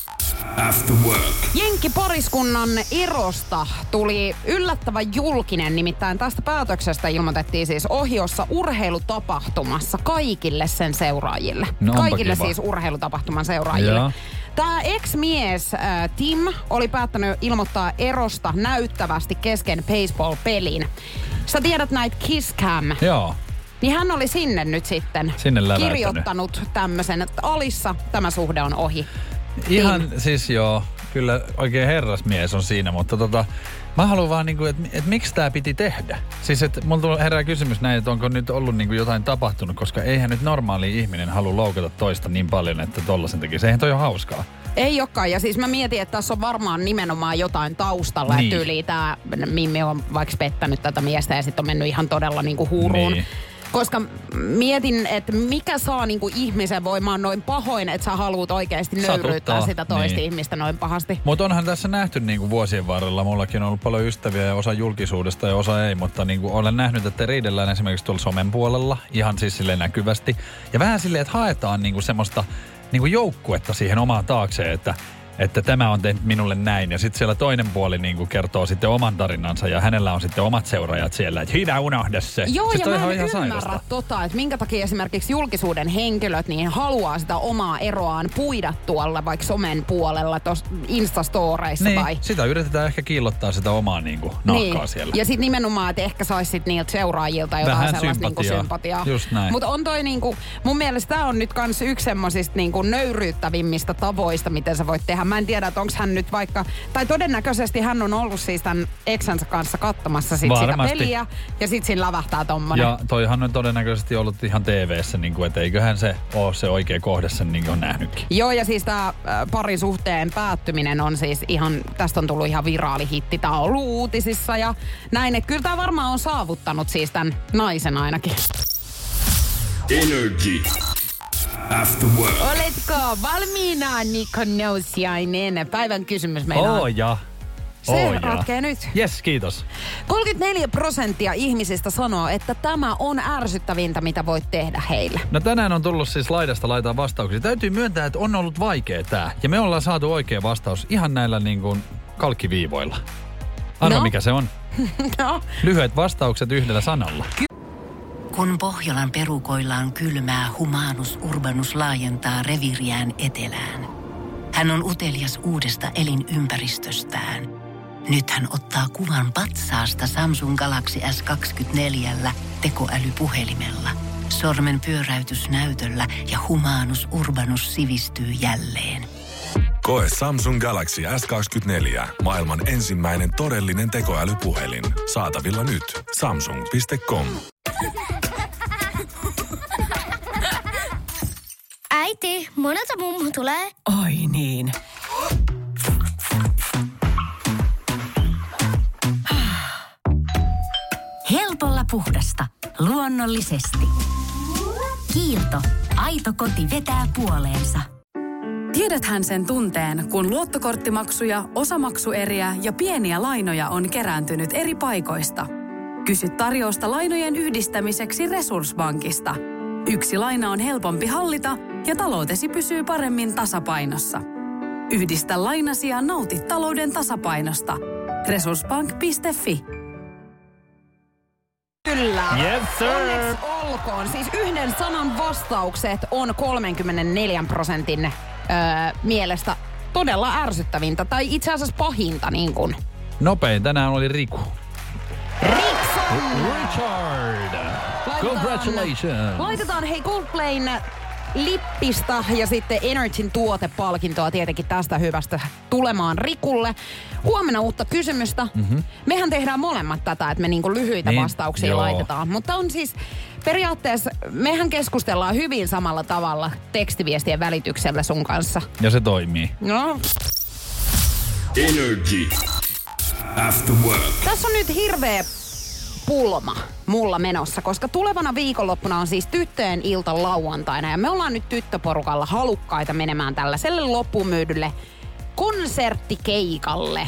C: After Work.
E: Jenkkipariskunnan erosta tuli yllättävän julkinen, nimittäin tästä päätöksestä ilmoitettiin siis ohiossa urheilutapahtumassa kaikille sen seuraajille.
D: No, onpa
E: Kaikille
D: kiva.
E: siis urheilutapahtuman seuraajille.
D: Joo.
E: Tämä ex-mies Tim oli päättänyt ilmoittaa erosta näyttävästi kesken baseball-pelin. Sä tiedät näitä Kiss Cam.
D: Joo.
E: Niin hän oli sinne nyt sitten
D: Sinne läväyttänyt.
E: kirjoittanut tämmöisen, että Alissa tämä suhde on ohi.
D: Ihan siis joo, kyllä oikein herrasmies on siinä, mutta mä haluan vaan niinku, että miksi tää piti tehdä? Siis että mulla herää kysymys näin, että onko nyt ollut niinku jotain tapahtunut, koska eihän nyt normaali ihminen halua loukata toista niin paljon, että tollasen tekisi. Eihän toi ole hauskaa.
E: Ei olekaan, ja siis mä mietin, että tässä on varmaan nimenomaan jotain taustalla,
D: Niin.
E: että yli tää Mimmi on vaikka pettänyt tätä miestä ja sitten on mennyt ihan todella niinku huuruun.
D: Niin.
E: Koska mietin, että mikä saa niinku ihmisen voimaan noin pahoin, että sä haluut oikeasti nöyryyttää
D: Satuttaa,
E: sitä toista
D: niin.
E: ihmistä noin pahasti.
D: Mutta onhan tässä nähty niinku vuosien varrella, mullakin on ollut paljon ystäviä ja osa julkisuudesta ja osa ei, mutta niinku olen nähnyt, että riidellään esimerkiksi tuolla somen puolella ihan siis silleen näkyvästi. Ja vähän silleen, että haetaan niinku semmoista niinku joukkuetta siihen omaan taakseen, että tämä on tehnyt minulle näin. Ja sitten siellä toinen puoli niinku kertoo sitten oman tarinansa ja hänellä on sitten omat seuraajat siellä, että hyvä unohda se.
E: Joo,
D: Siis
E: ja
D: toi
E: mä
D: on
E: en
D: ihan
E: ymmärrä
D: sairasta.
E: että minkä takia esimerkiksi julkisuuden henkilöt niin haluaa sitä omaa eroaan puida tuolla vaikka somen puolella tuossa Instastoreissa
D: Niin,
E: tai...
D: sitä yritetään ehkä kiillottaa sitä omaa niinku nahkaa siellä.
E: Ja sitten nimenomaan, että ehkä saisi sit niiltä seuraajilta jotain
D: Vähän
E: sellaista niinku
D: sympatiaa.
E: sympatiaa.
D: Just näin.
E: Mutta on toi niinku, mun mielestä tää on nyt kans yksi semmosista niinku nöyryyttävimmistä tavoista, miten sä voit tehdä. Mä en tiedä, että onks hän nyt vaikka, tai todennäköisesti hän on ollut siis tämän eksänsä kanssa katsomassa sit sitä
D: Varmasti.
E: peliä, ja sit siinä lävähtää tommonen.
D: Ja toihan on todennäköisesti ollut ihan TV-ssä, niin kuin, että eiköhän se ole se oikea kohde sen niin kuin on nähnytkin.
E: Joo, ja siis tää parisuhteen päättyminen on siis ihan, tästä on tullut ihan viraalihitti. Tää on ollut uutisissa ja näin, että kyllä tää varmaan on saavuttanut siis tämän naisen ainakin.
C: Energy. After Work.
E: Oletko valmiina, Niko Nousiainen? Päivän kysymys meillä on.
D: Ja.
E: Se ratkee nyt.
D: Jes, kiitos.
E: 34% ihmisistä sanoo, että tämä on ärsyttävintä, mitä voit tehdä heille.
D: No tänään on tullut siis laidasta laitaan vastauksia. Täytyy myöntää, että on ollut vaikea tää. Ja me ollaan saatu oikea vastaus ihan näillä niin kuin kalkkiviivoilla. Arvo,
E: No.
D: mikä se on?
E: No,
D: Lyhyet vastaukset yhdellä sanalla.
A: Kun Pohjolan perukoillaan kylmää, Humanus Urbanus laajentaa reviiriään etelään. Hän on utelias uudesta elinympäristöstään. Nyt hän ottaa kuvan patsaasta Samsung Galaxy S24 tekoälypuhelimella. Sormen pyöräytys näytöllä ja Humanus Urbanus sivistyy jälleen.
B: Koe Samsung Galaxy S24. Maailman ensimmäinen todellinen tekoälypuhelin. Saatavilla nyt. Samsung.com.
F: Äiti, monelta mummu tulee?
G: Oi niin.
H: Helpolla puhdasta. Luonnollisesti. Kiilto. Aito koti vetää puoleensa.
G: Tiedäthän sen tunteen, kun luottokorttimaksuja, osamaksueriä ja pieniä lainoja on kerääntynyt eri paikoista. Kysy tarjousta lainojen yhdistämiseksi Resurssbankista. Yksi laina on helpompi hallita ja taloutesi pysyy paremmin tasapainossa. Yhdistä lainasi ja nauti talouden tasapainosta. Resurssbank.fi.
E: kyllä.
D: Yes, sir.
E: Onneksi olkoon. Siis yhden sanan vastaukset on 34% mielestä todella ärsyttävintä. Tai itse asiassa pahinta niin kuin.
D: Nopein tänään oli Riku.
E: Rickson!
D: Richard. Congratulations.
E: Laitetaan hei Coldplayn lippistä ja sitten Energyn tuotepalkintoa tietenkin tästä hyvästä tulemaan Rikulle. Huomenna uutta kysymystä. Mehän tehdään molemmat tätä, että me niinku lyhyitä vastauksia laitetaan. Mutta on siis periaatteessa, mehän keskustellaan hyvin samalla tavalla tekstiviestien välityksellä sun kanssa.
D: Ja se toimii.
E: No.
C: Energy After Work.
E: Tässä on nyt hirveä pulma mulla menossa, koska tulevana viikonloppuna on siis tyttöjen ilta lauantaina ja me ollaan nyt tyttöporukalla halukkaita menemään tällaiselle loppumyydylle konserttikeikalle.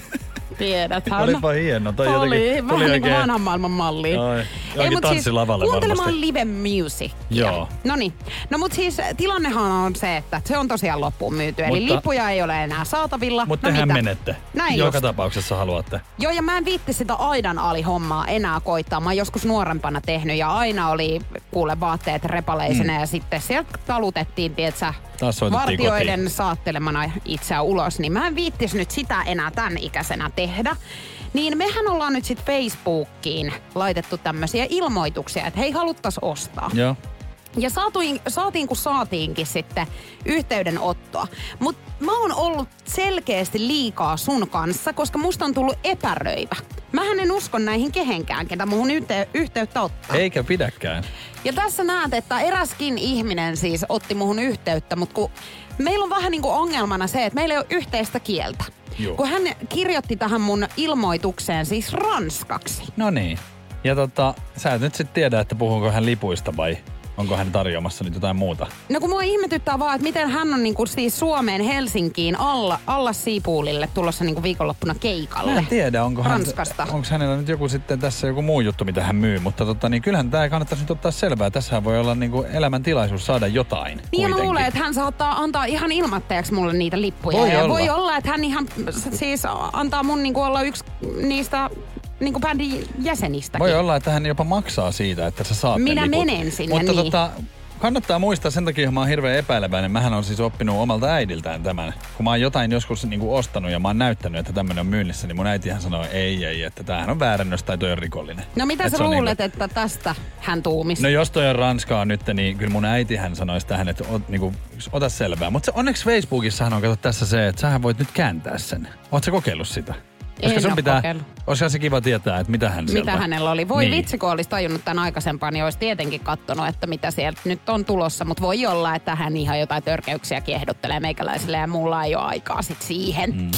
E: Tiedäthän.
D: Olipa hieno. Toi
E: oli vähän niin kuin vanhan maailman malliin.
D: Ei, mutta siis
E: kuuntelemaan live music.
D: Joo.
E: Noniin. No mut siis tilannehan on se, että se on tosiaan loppuun myyty. Eli lippuja ei ole enää saatavilla.
D: Mutta tehän menette.
E: Näin
D: joka
E: just.
D: tapauksessa haluatte.
E: Joo, ja mä en viitti sitä aidan alihommaa enää koittaa. Mä oon joskus nuorempana tehnyt ja aina oli kuule vaatteet repaleisena ja sitten sieltä talutettiin, tietsä, vartioiden saattelemana itseään ulos. Niin mä en viittis nyt sitä enää tämän ikäisenä tehdä. Niin mehän ollaan nyt sit Facebookiin laitettu tämmöisiä ilmoituksia, että hei, haluttais ostaa.
D: Joo.
E: Ja saatiin kun saatiinkin sitten yhteydenottoa. Mutta mä oon ollut selkeästi liikaa sun kanssa, koska musta on tullut epäröivä. Mähän en usko näihin kehenkään, ketä muhun yhteyttä ottaa.
D: Eikä pidäkään.
E: Ja tässä näet, että eräskin ihminen siis otti muhun yhteyttä, mutta kun meillä on vähän niin kuin ongelmana se, että meillä ei ole yhteistä kieltä.
D: Joo.
E: Kun hän kirjoitti tähän mun ilmoitukseen siis ranskaksi.
D: No niin. Ja sä et nyt sit tiedä, että puhuuko hän lipuista vai onko hän tarjoamassa nyt jotain muuta? No
E: kun mua ihmetyttää vaan, että miten hän on niinku siis Suomeen Helsinkiin alla Siipuulille tulossa niinku viikonloppuna keikalle.
D: Mä en tiedä, onko hänellä nyt joku sitten tässä joku muu juttu, mitä hän myy. Mutta niin kyllähän tää kannattaisi nyt ottaa selvää. Tässähän voi olla niinku elämäntilaisuus saada jotain.
E: Niin mä luulen, että hän saattaa antaa ihan ilmatteeksi mulle niitä lippuja. Voi olla, että hän ihan siis antaa mun niinku olla yksi niistä niinku bändin jäsenistäkin.
D: Voi olla, että hän jopa maksaa siitä, että sä saat
E: Minä
D: liput.
E: menen sinne,
D: mutta
E: niin.
D: Kannattaa muistaa, sen takia mä oon hirveän epäileväinen. Mähän on siis oppinut omalta äidiltään tämän. Kun mä oon jotain joskus niinku ostanut ja mä oon näyttänyt, että tämmönen on myynnissä, niin mun äitihän sanoi, ei, että tämähän on väärännös tai toi on rikollinen.
E: No mitä sä luulet, niinku, että tästä hän tuumisi?
D: No jos toi on Ranskaa nyt, niin kyllä mun äitihän sanoisi tähän, että ota selvää. Mutta onneksi Facebookissahan on, kato tässä se, että sähän voit nyt kääntää sen. Oot sä kokeillut sitä? Koska sun pitää, olisi se kiva tietää, että mitä
E: hänellä oli. Voi vitsi, kun olisi tajunnut tämän aikaisempaan, niin olisi tietenkin katsonut, että mitä sieltä nyt on tulossa. Mutta voi olla, että hän ihan jotain törkeyksiäkin ehdottelee meikäläisille ja mulla ei ole aikaa sit siihen.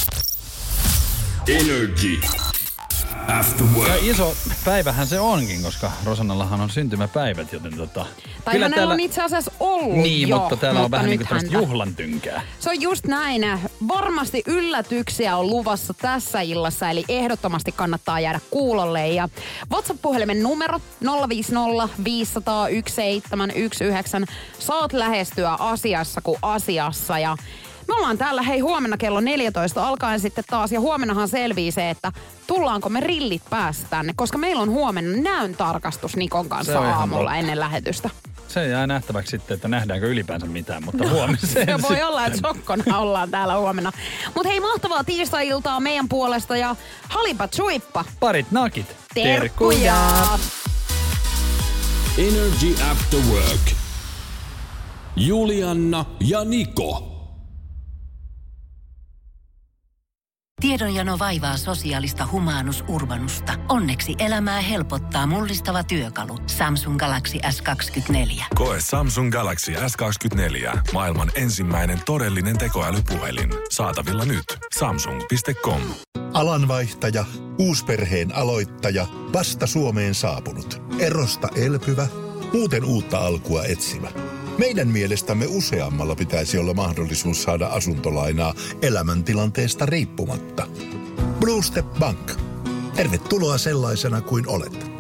C: Energy After Work.
D: Ja iso päivähän se onkin, koska Rosannallahan on syntymäpäivät, joten
E: tai hänellä täällä on itse asiassa ollut
D: niin,
E: jo.
D: Mutta täällä on vähän niin kuin tämmöistä juhlantynkää.
E: Se on just näin. Varmasti yllätyksiä on luvassa tässä illassa, eli ehdottomasti kannattaa jäädä kuulolle. Ja WhatsApp-puhelimen numero 050 500 1719. Saat lähestyä asiassa kuin asiassa ja me ollaan täällä huomenna kello 14 alkaen sitten taas ja huomennahan selvii se, että tullaanko me rillit päästä tänne, koska meillä on huomenna näön tarkastus Nikon kanssa aamulla ennen lähetystä.
D: Se jää nähtäväksi sitten, että nähdäänkö ylipäänsä mitään, mutta huomiseen.
E: Se voi olla, että sokkona ollaan täällä huomenna. Mutta hei, mahtavaa tiistai-iltaa meidän puolesta ja halipa tsuippa.
D: Parit nakit.
E: Terkkuja!
C: Energy After Work. Julianna ja Niko.
A: Tiedonjano vaivaa sosiaalista humanus urbanusta. Onneksi elämää helpottaa mullistava työkalu. Samsung Galaxy S24.
B: Koe Samsung Galaxy S24. Maailman ensimmäinen todellinen tekoälypuhelin. Saatavilla nyt. Samsung.com.
I: Alanvaihtaja, uusperheen aloittaja, vasta Suomeen saapunut. Erosta elpyvä, muuten uutta alkua etsimä. Meidän mielestämme useammalla pitäisi olla mahdollisuus saada asuntolainaa elämäntilanteesta riippumatta. Blue Step Bank. Tervetuloa sellaisena kuin olet.